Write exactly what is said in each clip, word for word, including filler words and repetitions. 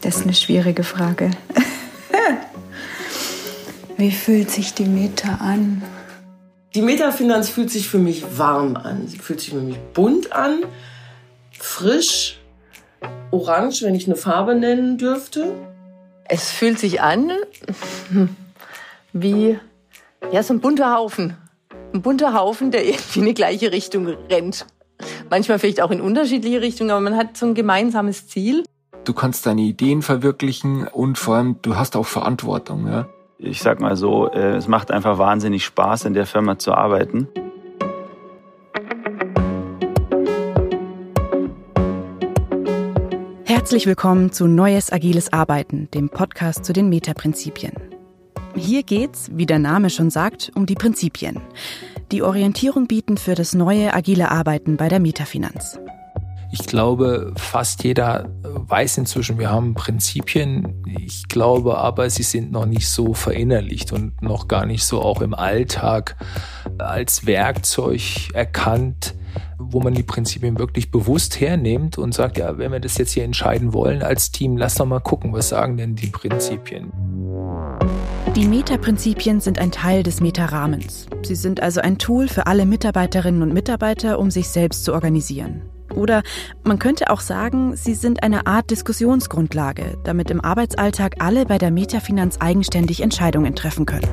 Das ist eine schwierige Frage. Wie fühlt sich die Meta an? Die Metafinanz fühlt sich für mich warm an. Sie fühlt sich für mich bunt an, frisch, orange, wenn ich eine Farbe nennen dürfte. Es fühlt sich an wie ja, so ein bunter Haufen. Ein bunter Haufen, der irgendwie in die gleiche Richtung rennt. Manchmal vielleicht auch in unterschiedliche Richtungen, aber man hat so ein gemeinsames Ziel. Du kannst deine Ideen verwirklichen und vor allem, du hast auch Verantwortung. Ja? Ich sag mal so, es macht einfach wahnsinnig Spaß, in der Firma zu arbeiten. Herzlich willkommen zu Neues Agiles Arbeiten, dem Podcast zu den Meta-Prinzipien. Hier geht's, wie der Name schon sagt, um die Prinzipien, die Orientierung bieten für das neue agile Arbeiten bei der Metafinanz. Ich glaube, fast jeder weiß inzwischen, wir haben Prinzipien. Ich glaube aber, sie sind noch nicht so verinnerlicht und noch gar nicht so auch im Alltag als Werkzeug erkannt, wo man die Prinzipien wirklich bewusst hernimmt und sagt, ja, wenn wir das jetzt hier entscheiden wollen als Team, lass doch mal gucken, was sagen denn die Prinzipien? Die Meta-Prinzipien sind ein Teil des Meta-Rahmens. Sie sind also ein Tool für alle Mitarbeiterinnen und Mitarbeiter, um sich selbst zu organisieren. Oder man könnte auch sagen, sie sind eine Art Diskussionsgrundlage, damit im Arbeitsalltag alle bei der Metafinanz eigenständig Entscheidungen treffen können.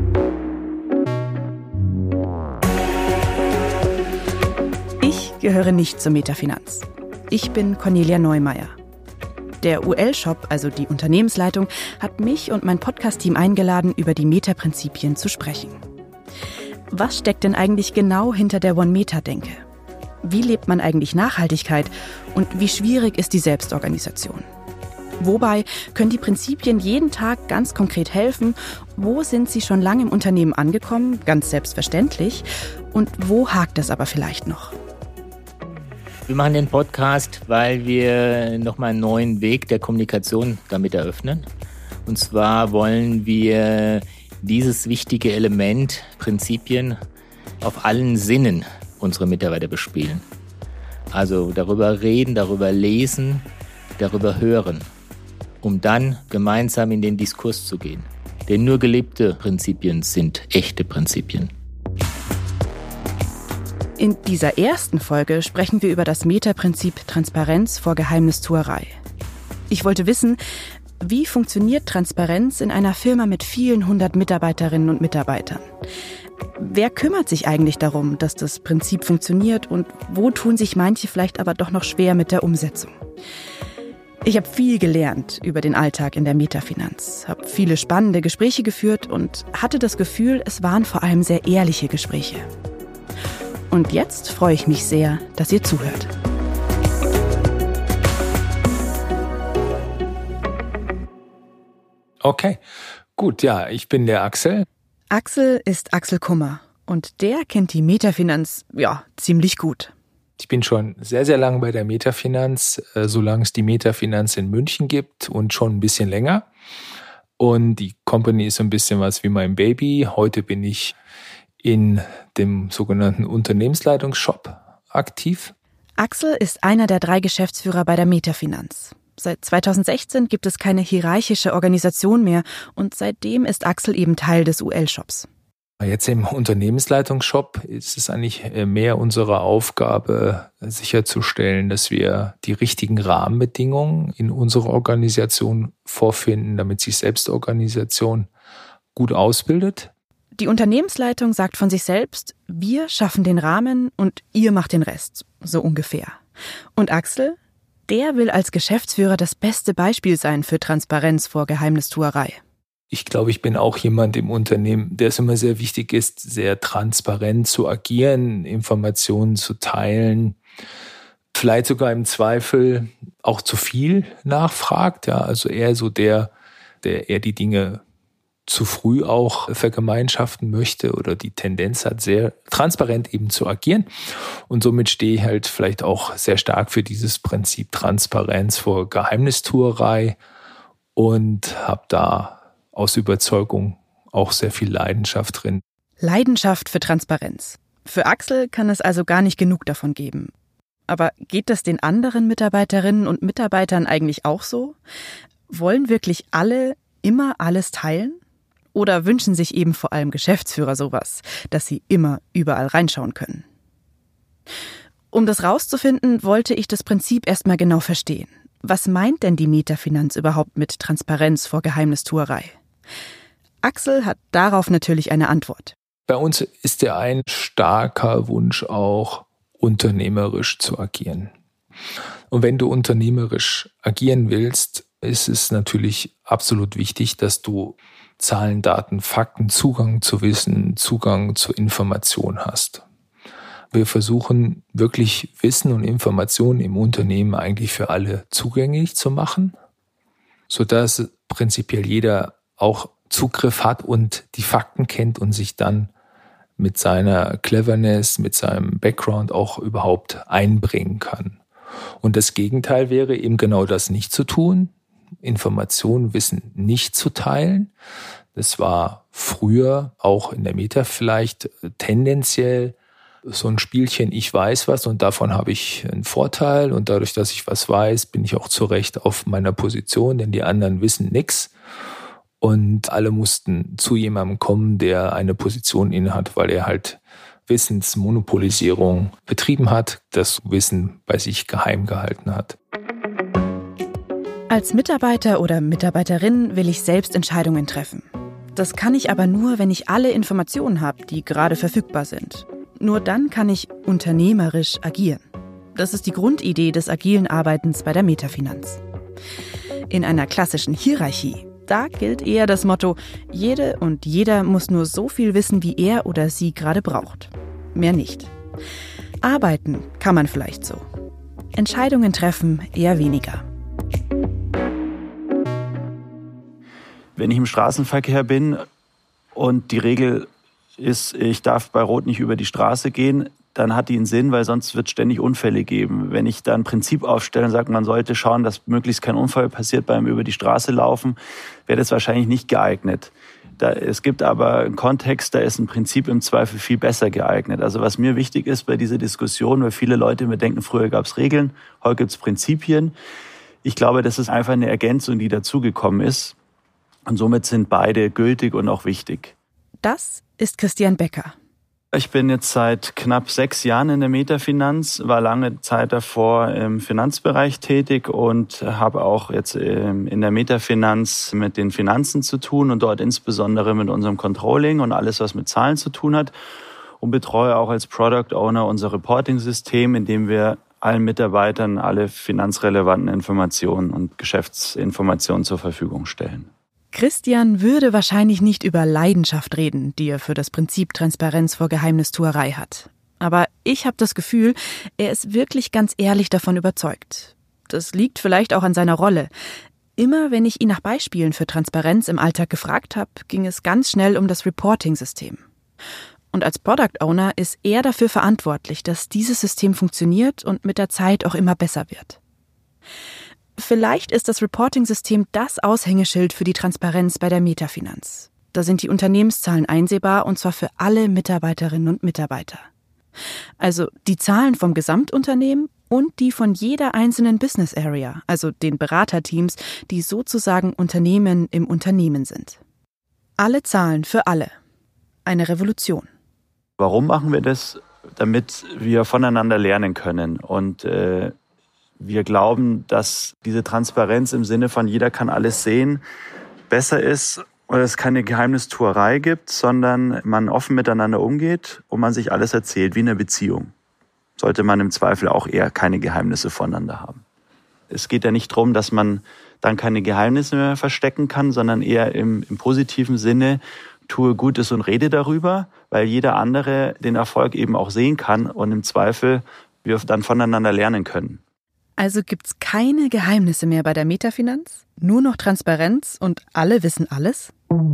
Ich gehöre nicht zur Metafinanz. Ich bin Cornelia Neumeier. Der U L-Shop, also die Unternehmensleitung, hat mich und mein Podcast-Team eingeladen, über die Meta-Prinzipien zu sprechen. Was steckt denn eigentlich genau hinter der One-Meta-Denke? Wie lebt man eigentlich Nachhaltigkeit und wie schwierig ist die Selbstorganisation? Wobei können die Prinzipien jeden Tag ganz konkret helfen? Wo sind sie schon lange im Unternehmen angekommen, ganz selbstverständlich? Und wo hakt es aber vielleicht noch? Wir machen den Podcast, weil wir nochmal einen neuen Weg der Kommunikation damit eröffnen. Und zwar wollen wir dieses wichtige Element, Prinzipien, auf allen Sinnen unsere Mitarbeiter bespielen. Also darüber reden, darüber lesen, darüber hören, um dann gemeinsam in den Diskurs zu gehen. Denn nur gelebte Prinzipien sind echte Prinzipien. In dieser ersten Folge sprechen wir über das Meta-Prinzip Transparenz vor Geheimnistuerei. Ich wollte wissen, wie funktioniert Transparenz in einer Firma mit vielen hundert Mitarbeiterinnen und Mitarbeitern? Wer kümmert sich eigentlich darum, dass das Prinzip funktioniert und wo tun sich manche vielleicht aber doch noch schwer mit der Umsetzung? Ich habe viel gelernt über den Alltag in der Metafinanz, habe viele spannende Gespräche geführt und hatte das Gefühl, es waren vor allem sehr ehrliche Gespräche. Und jetzt freue ich mich sehr, dass ihr zuhört. Okay, gut, ja, ich bin der Axel. Axel ist Axel Kummer und der kennt die Metafinanz, ja, ziemlich gut. Ich bin schon sehr, sehr lange bei der Metafinanz, äh, solange es die Metafinanz in München gibt und schon ein bisschen länger. Und die Company ist so ein bisschen was wie mein Baby. Heute bin ich in dem sogenannten Unternehmensleitungsshop aktiv. Axel ist einer der drei Geschäftsführer bei der Metafinanz. Seit zweitausendsechzehn gibt es keine hierarchische Organisation mehr und seitdem ist Axel eben Teil des U L-Shops. Jetzt im Unternehmensleitungsshop ist es eigentlich mehr unsere Aufgabe, sicherzustellen, dass wir die richtigen Rahmenbedingungen in unserer Organisation vorfinden, damit sich Selbstorganisation gut ausbildet. Die Unternehmensleitung sagt von sich selbst, wir schaffen den Rahmen und ihr macht den Rest, so ungefähr. Und Axel, der will als Geschäftsführer das beste Beispiel sein für Transparenz vor Geheimnistuerei. Ich glaube, ich bin auch jemand im Unternehmen, der es immer sehr wichtig ist, sehr transparent zu agieren, Informationen zu teilen, vielleicht sogar im Zweifel auch zu viel nachfragt. Ja, also eher so der, der eher die Dinge zu früh auch vergemeinschaften möchte oder die Tendenz hat, sehr transparent eben zu agieren. Und somit stehe ich halt vielleicht auch sehr stark für dieses Prinzip Transparenz vor Geheimnistuerei und habe da aus Überzeugung auch sehr viel Leidenschaft drin. Leidenschaft für Transparenz. Für Axel kann es also gar nicht genug davon geben. Aber geht das den anderen Mitarbeiterinnen und Mitarbeitern eigentlich auch so? Wollen wirklich alle immer alles teilen? Oder wünschen sich eben vor allem Geschäftsführer sowas, dass sie immer überall reinschauen können? Um das rauszufinden, wollte ich das Prinzip erstmal genau verstehen. Was meint denn die Metafinanz überhaupt mit Transparenz vor Geheimnistuerei? Axel hat darauf natürlich eine Antwort. Bei uns ist ja ein starker Wunsch auch, unternehmerisch zu agieren. Und wenn du unternehmerisch agieren willst, ist es natürlich absolut wichtig, dass du Zahlen, Daten, Fakten, Zugang zu Wissen, Zugang zu Information hast. Wir versuchen wirklich Wissen und Informationen im Unternehmen eigentlich für alle zugänglich zu machen, sodass prinzipiell jeder auch Zugriff hat und die Fakten kennt und sich dann mit seiner Cleverness, mit seinem Background auch überhaupt einbringen kann. Und das Gegenteil wäre eben genau das nicht zu tun, Informationen, Wissen nicht zu teilen. Das war früher auch in der Meta vielleicht tendenziell so ein Spielchen, ich weiß was und davon habe ich einen Vorteil und dadurch, dass ich was weiß, bin ich auch zu Recht auf meiner Position, denn die anderen wissen nichts. Und alle mussten zu jemandem kommen, der eine Position innehat, weil er halt Wissensmonopolisierung betrieben hat, das Wissen bei sich geheim gehalten hat. Als Mitarbeiter oder Mitarbeiterin will ich selbst Entscheidungen treffen. Das kann ich aber nur, wenn ich alle Informationen habe, die gerade verfügbar sind. Nur dann kann ich unternehmerisch agieren. Das ist die Grundidee des agilen Arbeitens bei der Metafinanz. In einer klassischen Hierarchie, da gilt eher das Motto, jede und jeder muss nur so viel wissen, wie er oder sie gerade braucht. Mehr nicht. Arbeiten kann man vielleicht so. Entscheidungen treffen eher weniger. Wenn ich im Straßenverkehr bin und die Regel ist, ich darf bei Rot nicht über die Straße gehen, dann hat die einen Sinn, weil sonst wird es ständig Unfälle geben. Wenn ich da ein Prinzip aufstelle und sage, man sollte schauen, dass möglichst kein Unfall passiert beim über die Straße laufen, wäre das wahrscheinlich nicht geeignet. Da, es gibt aber einen Kontext, da ist ein Prinzip im Zweifel viel besser geeignet. Also was mir wichtig ist bei dieser Diskussion, weil viele Leute immer denken, früher gab es Regeln, heute gibt es Prinzipien. Ich glaube, das ist einfach eine Ergänzung, die dazugekommen ist. Und somit sind beide gültig und auch wichtig. Das ist Christian Becker. Ich bin jetzt seit knapp sechs Jahren in der Metafinanz, war lange Zeit davor im Finanzbereich tätig und habe auch jetzt in der Metafinanz mit den Finanzen zu tun und dort insbesondere mit unserem Controlling und alles, was mit Zahlen zu tun hat. Und betreue auch als Product Owner unser Reporting-System, in dem wir allen Mitarbeitern alle finanzrelevanten Informationen und Geschäftsinformationen zur Verfügung stellen. Christian würde wahrscheinlich nicht über Leidenschaft reden, die er für das Prinzip Transparenz vor Geheimnistuerei hat. Aber ich habe das Gefühl, er ist wirklich ganz ehrlich davon überzeugt. Das liegt vielleicht auch an seiner Rolle. Immer wenn ich ihn nach Beispielen für Transparenz im Alltag gefragt habe, ging es ganz schnell um das Reporting-System. Und als Product Owner ist er dafür verantwortlich, dass dieses System funktioniert und mit der Zeit auch immer besser wird. Vielleicht ist das Reporting-System das Aushängeschild für die Transparenz bei der Metafinanz. Da sind die Unternehmenszahlen einsehbar und zwar für alle Mitarbeiterinnen und Mitarbeiter. Also die Zahlen vom Gesamtunternehmen und die von jeder einzelnen Business Area, also den Beraterteams, die sozusagen Unternehmen im Unternehmen sind. Alle Zahlen für alle. Eine Revolution. Warum machen wir das? Damit wir voneinander lernen können und äh wir glauben, dass diese Transparenz im Sinne von jeder kann alles sehen besser ist oder es keine Geheimnistuerei gibt, sondern man offen miteinander umgeht und man sich alles erzählt, wie in einer Beziehung. Sollte man im Zweifel auch eher keine Geheimnisse voneinander haben. Es geht ja nicht darum, dass man dann keine Geheimnisse mehr verstecken kann, sondern eher im, im positiven Sinne, tue Gutes und rede darüber, weil jeder andere den Erfolg eben auch sehen kann und im Zweifel wir dann voneinander lernen können. Also gibt's keine Geheimnisse mehr bei der Metafinanz? Nur noch Transparenz und alle wissen alles?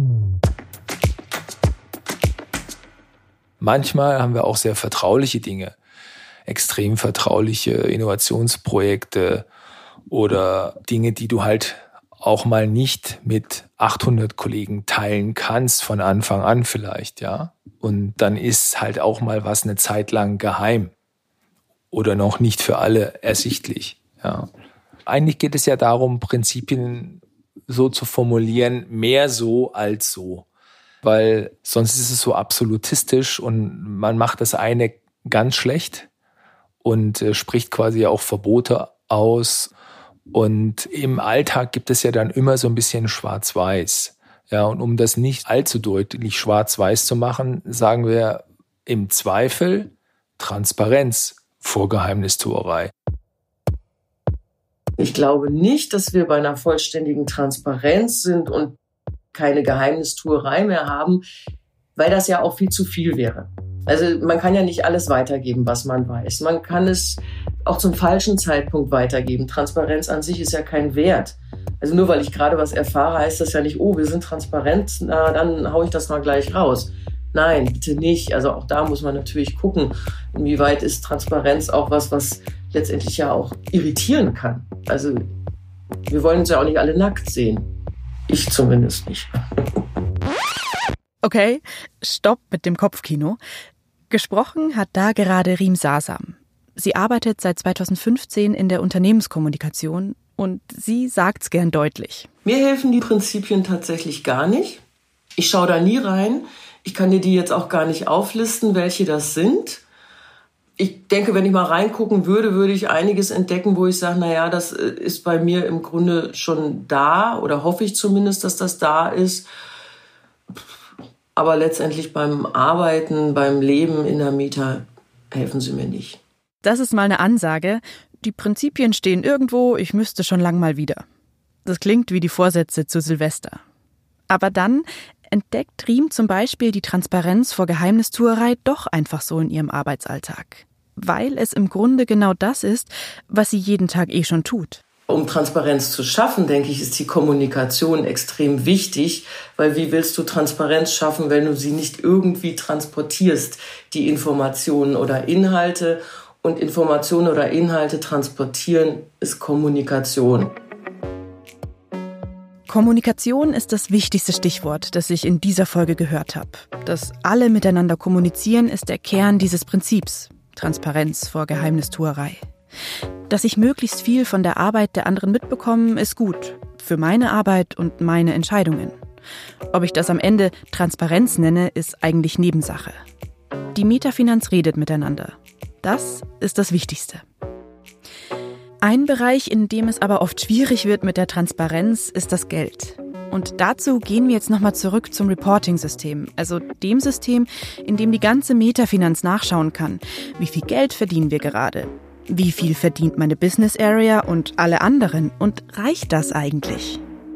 Manchmal haben wir auch sehr vertrauliche Dinge, extrem vertrauliche Innovationsprojekte oder Dinge, die du halt auch mal nicht mit achthundert Kollegen teilen kannst von Anfang an vielleicht, ja. Und dann ist halt auch mal was eine Zeit lang geheim. Oder noch nicht für alle ersichtlich. Ja. Eigentlich geht es ja darum, Prinzipien so zu formulieren, mehr so als so. Weil sonst ist es so absolutistisch und man macht das eine ganz schlecht und äh, spricht quasi auch Verbote aus. Und im Alltag gibt es ja dann immer so ein bisschen Schwarz-Weiß. Ja, und um das nicht allzu deutlich schwarz-weiß zu machen, sagen wir im Zweifel Transparenz vor Geheimnistuerei. Ich glaube nicht, dass wir bei einer vollständigen Transparenz sind und keine Geheimnistuerei mehr haben, weil das ja auch viel zu viel wäre. Also man kann ja nicht alles weitergeben, was man weiß. Man kann es auch zum falschen Zeitpunkt weitergeben. Transparenz an sich ist ja kein Wert. Also nur weil ich gerade was erfahre, heißt das ja nicht, oh, wir sind transparent, na, dann hau ich das mal gleich raus. Nein, bitte nicht. Also auch da muss man natürlich gucken, inwieweit ist Transparenz auch was, was letztendlich ja auch irritieren kann. Also wir wollen uns ja auch nicht alle nackt sehen. Ich zumindest nicht. Okay, stopp mit dem Kopfkino. Gesprochen hat da gerade Riem Sasam. Sie arbeitet seit zweitausendfünfzehn in der Unternehmenskommunikation und sie sagt's gern deutlich. Mir helfen die Prinzipien tatsächlich gar nicht. Ich schaue da nie rein. Ich kann dir die jetzt auch gar nicht auflisten, welche das sind. Ich denke, wenn ich mal reingucken würde, würde ich einiges entdecken, wo ich sage, naja, das ist bei mir im Grunde schon da oder hoffe ich zumindest, dass das da ist. Aber letztendlich beim Arbeiten, beim Leben in der Meta helfen sie mir nicht. Das ist mal eine Ansage. Die Prinzipien stehen irgendwo, ich müsste schon lang mal wieder. Das klingt wie die Vorsätze zu Silvester. Aber dann entdeckt Riem zum Beispiel die Transparenz vor Geheimnistuerei doch einfach so in ihrem Arbeitsalltag. Weil es im Grunde genau das ist, was sie jeden Tag eh schon tut. Um Transparenz zu schaffen, denke ich, ist die Kommunikation extrem wichtig, weil wie willst du Transparenz schaffen, wenn du sie nicht irgendwie transportierst, die Informationen oder Inhalte? Und Informationen oder Inhalte transportieren ist Kommunikation. Kommunikation ist das wichtigste Stichwort, das ich in dieser Folge gehört habe. Dass alle miteinander kommunizieren, ist der Kern dieses Prinzips. Transparenz vor Geheimnistuerei. Dass ich möglichst viel von der Arbeit der anderen mitbekomme, ist gut. Für meine Arbeit und meine Entscheidungen. Ob ich das am Ende Transparenz nenne, ist eigentlich Nebensache. Die Metafinanz redet miteinander. Das ist das Wichtigste. Ein Bereich, in dem es aber oft schwierig wird mit der Transparenz, ist das Geld. Und dazu gehen wir jetzt nochmal zurück zum Reporting-System, also dem System, in dem die ganze Metafinanz nachschauen kann. Wie viel Geld verdienen wir gerade? Wie viel verdient meine Business Area und alle anderen? Und reicht das eigentlich?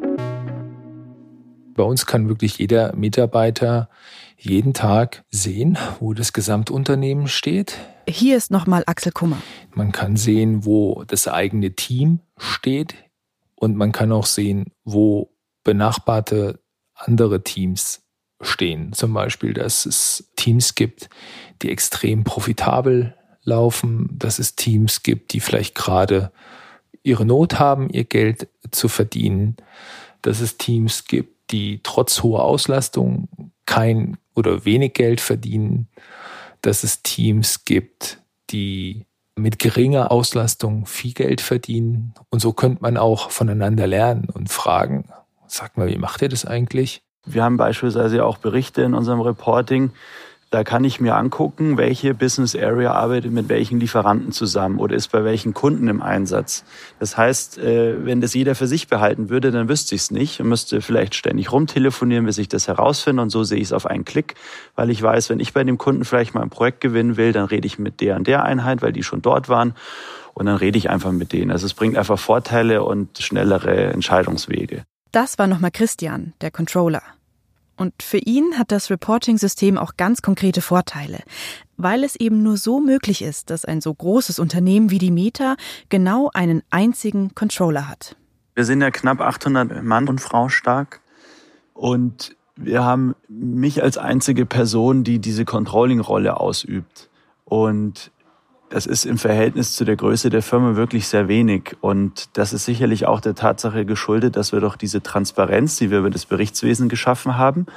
Bei uns kann wirklich jeder Mitarbeiter jeden Tag sehen, wo das Gesamtunternehmen steht. Hier ist nochmal Axel Kummer. Man kann sehen, wo das eigene Team steht und man kann auch sehen, wo benachbarte andere Teams stehen. Zum Beispiel, dass es Teams gibt, die extrem profitabel laufen, dass es Teams gibt, die vielleicht gerade ihre Not haben, ihr Geld zu verdienen, dass es Teams gibt, die trotz hoher Auslastung kein oder wenig Geld verdienen, dass es Teams gibt, die mit geringer Auslastung viel Geld verdienen. Und so könnte man auch voneinander lernen und fragen, sag mal, wie macht ihr das eigentlich? Wir haben beispielsweise auch Berichte in unserem Reporting. Da kann ich mir angucken, welche Business Area arbeitet mit welchen Lieferanten zusammen oder ist bei welchen Kunden im Einsatz. Das heißt, wenn das jeder für sich behalten würde, dann wüsste ich es nicht und müsste vielleicht ständig rumtelefonieren, bis ich das herausfinde. Und so sehe ich es auf einen Klick, weil ich weiß, wenn ich bei dem Kunden vielleicht mal ein Projekt gewinnen will, dann rede ich mit der und der Einheit, weil die schon dort waren. Und dann rede ich einfach mit denen. Also es bringt einfach Vorteile und schnellere Entscheidungswege. Das war nochmal Christian, der Controller. Und für ihn hat das Reporting-System auch ganz konkrete Vorteile, weil es eben nur so möglich ist, dass ein so großes Unternehmen wie die Meta genau einen einzigen Controller hat. Wir sind ja knapp achthundert Mann und Frau stark und wir haben mich als einzige Person, die diese Controlling-Rolle ausübt. Und das ist im Verhältnis zu der Größe der Firma wirklich sehr wenig. Und das ist sicherlich auch der Tatsache geschuldet, dass wir doch diese Transparenz, die wir über das Berichtswesen geschaffen haben,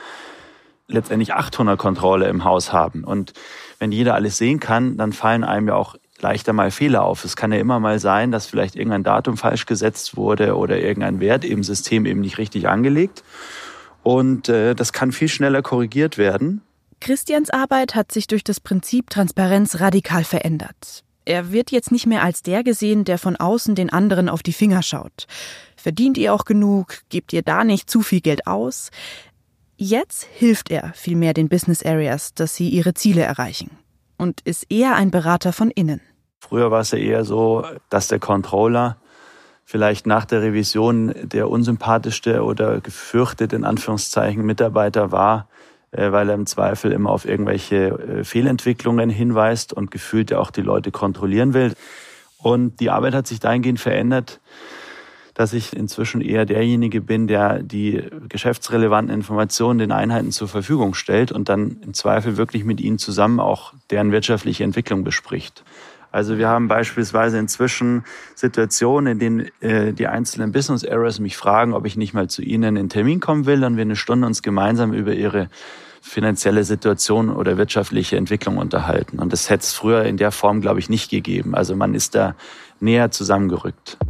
letztendlich achthundert Controller im Haus haben. Und wenn jeder alles sehen kann, dann fallen einem ja auch leichter mal Fehler auf. Es kann ja immer mal sein, dass vielleicht irgendein Datum falsch gesetzt wurde oder irgendein Wert im System eben nicht richtig angelegt. Und äh, das kann viel schneller korrigiert werden. Christians Arbeit hat sich durch das Prinzip Transparenz radikal verändert. Er wird jetzt nicht mehr als der gesehen, der von außen den anderen auf die Finger schaut. Verdient ihr auch genug? Gebt ihr da nicht zu viel Geld aus? Jetzt hilft er vielmehr den Business Areas, dass sie ihre Ziele erreichen. Und ist eher ein Berater von innen. Früher war es ja eher so, dass der Controller vielleicht nach der Revision der unsympathischste oder gefürchtete, in Anführungszeichen, Mitarbeiter war, weil er im Zweifel immer auf irgendwelche Fehlentwicklungen hinweist und gefühlt ja auch die Leute kontrollieren will. Und die Arbeit hat sich dahingehend verändert, dass ich inzwischen eher derjenige bin, der die geschäftsrelevanten Informationen den Einheiten zur Verfügung stellt und dann im Zweifel wirklich mit ihnen zusammen auch deren wirtschaftliche Entwicklung bespricht. Also wir haben beispielsweise inzwischen Situationen, in denen äh, die einzelnen Business Areas mich fragen, ob ich nicht mal zu ihnen in den Termin kommen will und wir eine Stunde uns gemeinsam über ihre finanzielle Situation oder wirtschaftliche Entwicklung unterhalten. Und das hätte es früher in der Form, glaube ich, nicht gegeben. Also man ist da näher zusammengerückt.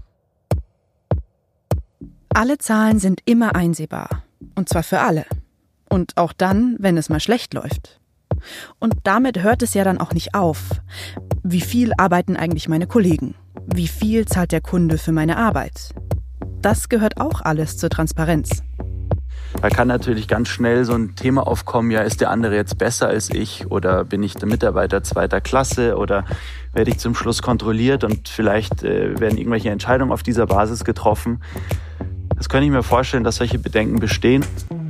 Alle Zahlen sind immer einsehbar. Und zwar für alle. Und auch dann, wenn es mal schlecht läuft. Und damit hört es ja dann auch nicht auf. Wie viel arbeiten eigentlich meine Kollegen? Wie viel zahlt der Kunde für meine Arbeit? Das gehört auch alles zur Transparenz. Da kann natürlich ganz schnell so ein Thema aufkommen, ja, ist der andere jetzt besser als ich oder bin ich der Mitarbeiter zweiter Klasse oder werde ich zum Schluss kontrolliert und vielleicht äh, werden irgendwelche Entscheidungen auf dieser Basis getroffen. Das kann ich mir vorstellen, dass solche Bedenken bestehen.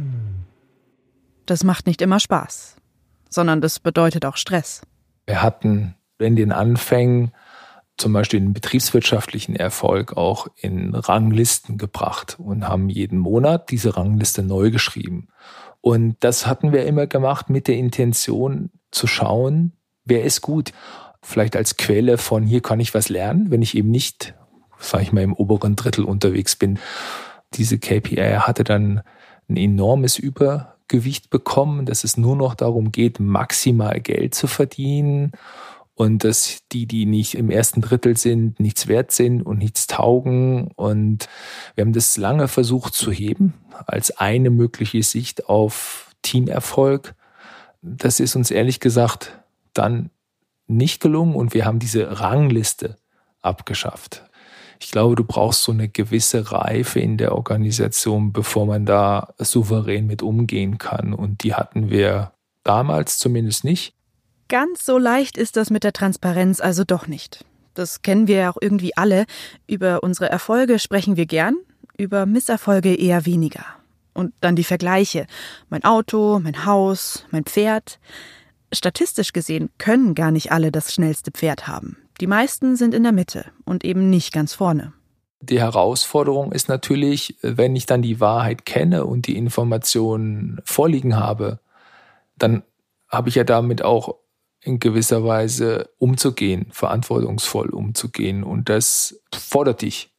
Das macht nicht immer Spaß, sondern das bedeutet auch Stress. Wir hatten in den Anfängen zum Beispiel den betriebswirtschaftlichen Erfolg auch in Ranglisten gebracht und haben jeden Monat diese Rangliste neu geschrieben. Und das hatten wir immer gemacht mit der Intention zu schauen, wer ist gut. Vielleicht als Quelle von hier kann ich was lernen, wenn ich eben nicht, sage ich mal, im oberen Drittel unterwegs bin. Diese K P I hatte dann ein enormes Übergewicht bekommen, dass es nur noch darum geht, maximal Geld zu verdienen und dass die, die nicht im ersten Drittel sind, nichts wert sind und nichts taugen. Und wir haben das lange versucht zu heben als eine mögliche Sicht auf Teamerfolg. Das ist uns ehrlich gesagt dann nicht gelungen und wir haben diese Rangliste abgeschafft. Ich glaube, du brauchst so eine gewisse Reife in der Organisation, bevor man da souverän mit umgehen kann. Und die hatten wir damals zumindest nicht. Ganz so leicht ist das mit der Transparenz also doch nicht. Das kennen wir ja auch irgendwie alle. Über unsere Erfolge sprechen wir gern, über Misserfolge eher weniger. Und dann die Vergleiche. Mein Auto, mein Haus, mein Pferd. Statistisch gesehen können gar nicht alle das schnellste Pferd haben. Die meisten sind in der Mitte und eben nicht ganz vorne. Die Herausforderung ist natürlich, wenn ich dann die Wahrheit kenne und die Informationen vorliegen habe, dann habe ich ja damit auch in gewisser Weise umzugehen, verantwortungsvoll umzugehen. Und das fordert dich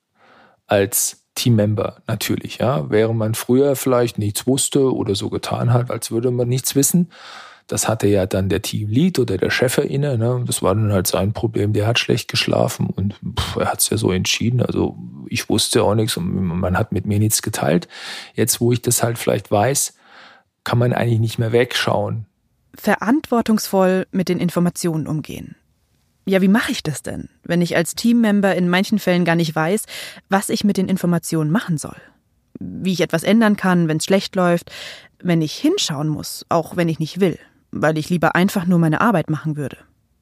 als Teammember natürlich. Ja? Während man früher vielleicht nichts wusste oder so getan hat, als würde man nichts wissen, das hatte ja dann der Teamlead oder der Chef inne. Ne? Das war dann halt sein Problem. Der hat schlecht geschlafen und pff, er hat es ja so entschieden. Also ich wusste auch nichts und man hat mit mir nichts geteilt. Jetzt, wo ich das halt vielleicht weiß, kann man eigentlich nicht mehr wegschauen. Verantwortungsvoll mit den Informationen umgehen. Ja, wie mache ich das denn, wenn ich als Teammember in manchen Fällen gar nicht weiß, was ich mit den Informationen machen soll? Wie ich etwas ändern kann, wenn es schlecht läuft, wenn ich hinschauen muss, auch wenn ich nicht will, weil ich lieber einfach nur meine Arbeit machen würde.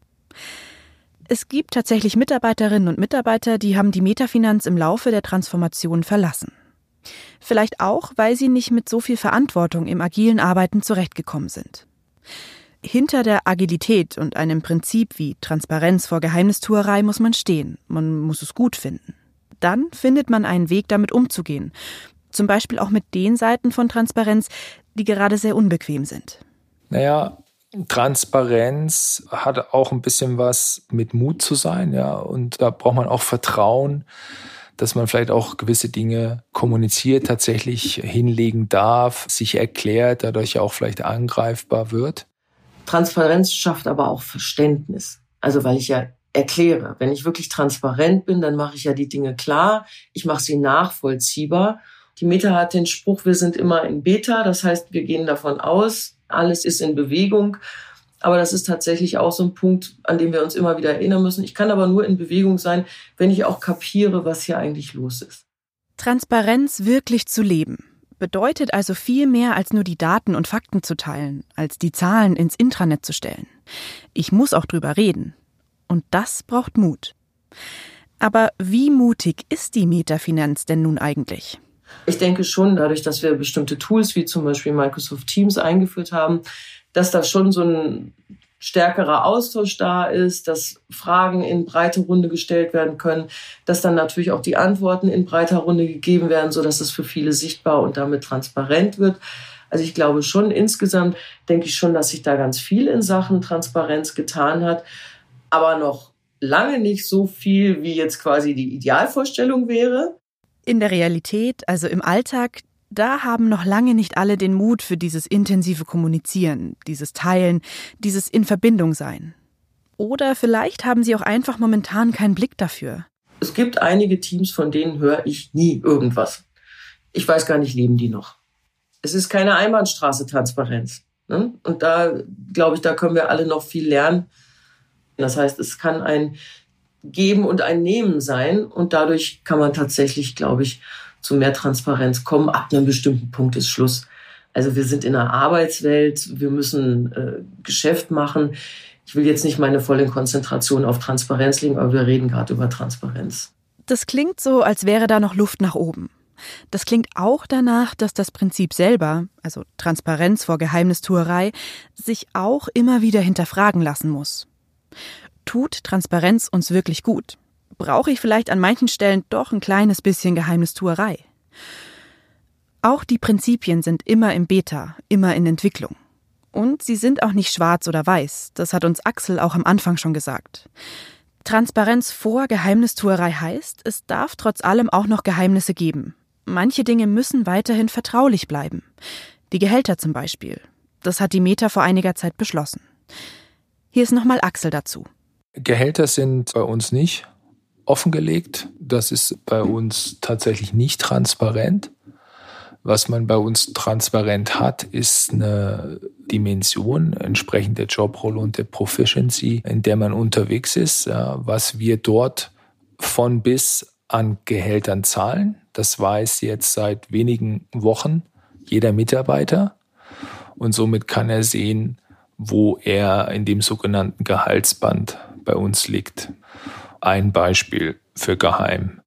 Es gibt tatsächlich Mitarbeiterinnen und Mitarbeiter, die haben die Metafinanz im Laufe der Transformation verlassen. Vielleicht auch, weil sie nicht mit so viel Verantwortung im agilen Arbeiten zurechtgekommen sind. Hinter der Agilität und einem Prinzip wie Transparenz vor Geheimnistuerei muss man stehen. Man muss es gut finden. Dann findet man einen Weg, damit umzugehen. Zum Beispiel auch mit den Seiten von Transparenz, die gerade sehr unbequem sind. Naja, Transparenz hat auch ein bisschen was mit Mut zu sein, ja. Und da braucht man auch Vertrauen, dass man vielleicht auch gewisse Dinge kommuniziert, tatsächlich hinlegen darf, sich erklärt, dadurch auch vielleicht angreifbar wird. Transparenz schafft aber auch Verständnis. Also weil ich ja erkläre. Wenn ich wirklich transparent bin, dann mache ich ja die Dinge klar. Ich mache sie nachvollziehbar. Die Meta hat den Spruch, wir sind immer in Beta. Das heißt, wir gehen davon aus, alles ist in Bewegung. Aber das ist tatsächlich auch so ein Punkt, an dem wir uns immer wieder erinnern müssen. Ich kann aber nur in Bewegung sein, wenn ich auch kapiere, was hier eigentlich los ist. Transparenz wirklich zu leben bedeutet also viel mehr als nur die Daten und Fakten zu teilen, als die Zahlen ins Intranet zu stellen. Ich muss auch drüber reden. Und das braucht Mut. Aber wie mutig ist die Metafinanz denn nun eigentlich? Ich denke schon, dadurch, dass wir bestimmte Tools wie zum Beispiel Microsoft Teams eingeführt haben, dass da schon so ein stärkerer Austausch da ist, dass Fragen in breite Runde gestellt werden können, dass dann natürlich auch die Antworten in breiter Runde gegeben werden, sodass es für viele sichtbar und damit transparent wird. Also ich glaube schon, insgesamt denke ich schon, dass sich da ganz viel in Sachen Transparenz getan hat, aber noch lange nicht so viel, wie jetzt quasi die Idealvorstellung wäre. In der Realität, also im Alltag, da haben noch lange nicht alle den Mut für dieses intensive Kommunizieren, dieses Teilen, dieses in Verbindung sein. Oder vielleicht haben sie auch einfach momentan keinen Blick dafür. Es gibt einige Teams, von denen höre ich nie irgendwas. Ich weiß gar nicht, leben die noch? Es ist keine Einbahnstraße Transparenz. Ne? Und da, glaube ich, da können wir alle noch viel lernen. Das heißt, es kann ein Geben und ein Nehmen sein. Und dadurch kann man tatsächlich, glaube ich, zu mehr Transparenz kommen. Ab einem bestimmten Punkt ist Schluss. Also wir sind in einer Arbeitswelt, wir müssen äh, Geschäft machen. Ich will jetzt nicht meine volle Konzentration auf Transparenz legen, aber wir reden gerade über Transparenz. Das klingt so, als wäre da noch Luft nach oben. Das klingt auch danach, dass das Prinzip selber, also Transparenz vor Geheimnistuerei, sich auch immer wieder hinterfragen lassen muss. Tut Transparenz uns wirklich gut? Brauche ich vielleicht an manchen Stellen doch ein kleines bisschen Geheimnistuerei? Auch die Prinzipien sind immer im Beta, immer in Entwicklung. Und sie sind auch nicht schwarz oder weiß, das hat uns Axel auch am Anfang schon gesagt. Transparenz vor Geheimnistuerei heißt, es darf trotz allem auch noch Geheimnisse geben. Manche Dinge müssen weiterhin vertraulich bleiben. Die Gehälter zum Beispiel. Das hat die Meta vor einiger Zeit beschlossen. Hier ist nochmal Axel dazu. Gehälter sind bei uns nicht offengelegt. Das ist bei uns tatsächlich nicht transparent. Was man bei uns transparent hat, ist eine Dimension entsprechend der Jobrolle und der Proficiency, in der man unterwegs ist, was wir dort von bis an Gehältern zahlen. Das weiß jetzt seit wenigen Wochen jeder Mitarbeiter und somit kann er sehen, wo er in dem sogenannten Gehaltsband bei uns liegt. Ein Beispiel für geheim.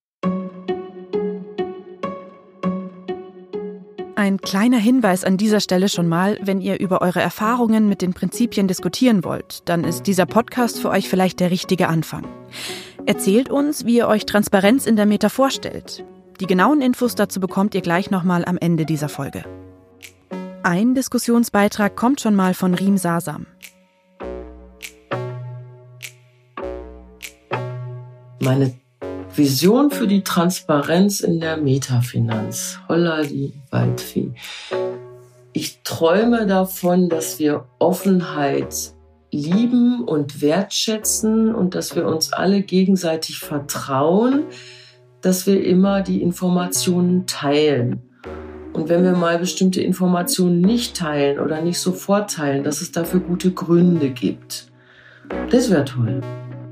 Ein kleiner Hinweis an dieser Stelle schon mal, wenn ihr über eure Erfahrungen mit den Prinzipien diskutieren wollt, dann ist dieser Podcast für euch vielleicht der richtige Anfang. Erzählt uns, wie ihr euch Transparenz in der Meta vorstellt. Die genauen Infos dazu bekommt ihr gleich nochmal am Ende dieser Folge. Ein Diskussionsbeitrag kommt schon mal von Riem Sasam. Meine Vision für die Transparenz in der Metafinanz. Holla die Waldfee. Ich träume davon, dass wir Offenheit lieben und wertschätzen und dass wir uns alle gegenseitig vertrauen, dass wir immer die Informationen teilen. Und wenn wir mal bestimmte Informationen nicht teilen oder nicht sofort teilen, dass es dafür gute Gründe gibt. Das wäre toll.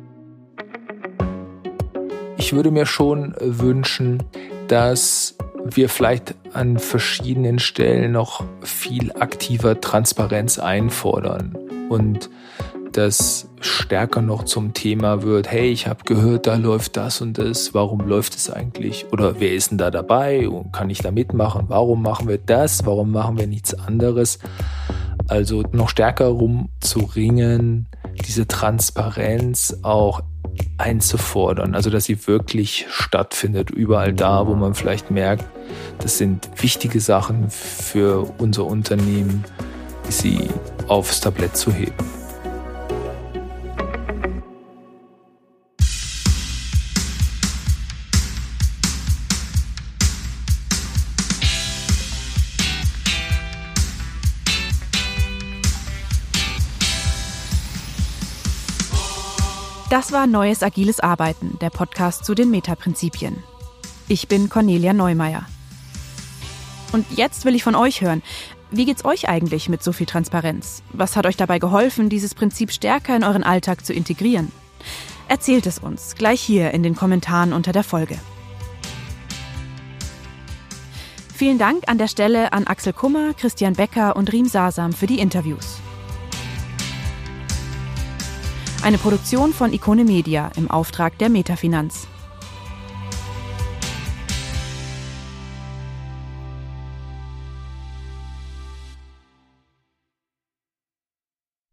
Ich würde mir schon wünschen, dass wir vielleicht an verschiedenen Stellen noch viel aktiver Transparenz einfordern und das stärker noch zum Thema wird, hey, ich habe gehört, da läuft das und das, warum läuft es eigentlich? Oder wer ist denn da dabei und kann ich da mitmachen? Warum machen wir das? Warum machen wir nichts anderes? Also noch stärker rumzuringen, diese Transparenz auch einzufordern, also dass sie wirklich stattfindet, überall da, wo man vielleicht merkt, das sind wichtige Sachen für unser Unternehmen, sie aufs Tablett zu heben. Das war Neues Agiles Arbeiten, der Podcast zu den Meta-Prinzipien. Ich bin Cornelia Neumeier. Und jetzt will ich von euch hören. Wie geht's euch eigentlich mit so viel Transparenz? Was hat euch dabei geholfen, dieses Prinzip stärker in euren Alltag zu integrieren? Erzählt es uns gleich hier in den Kommentaren unter der Folge. Vielen Dank an der Stelle an Axel Kummer, Christian Becker und Riem Sasam für die Interviews. Eine Produktion von Ikone Media im Auftrag der Metafinanz.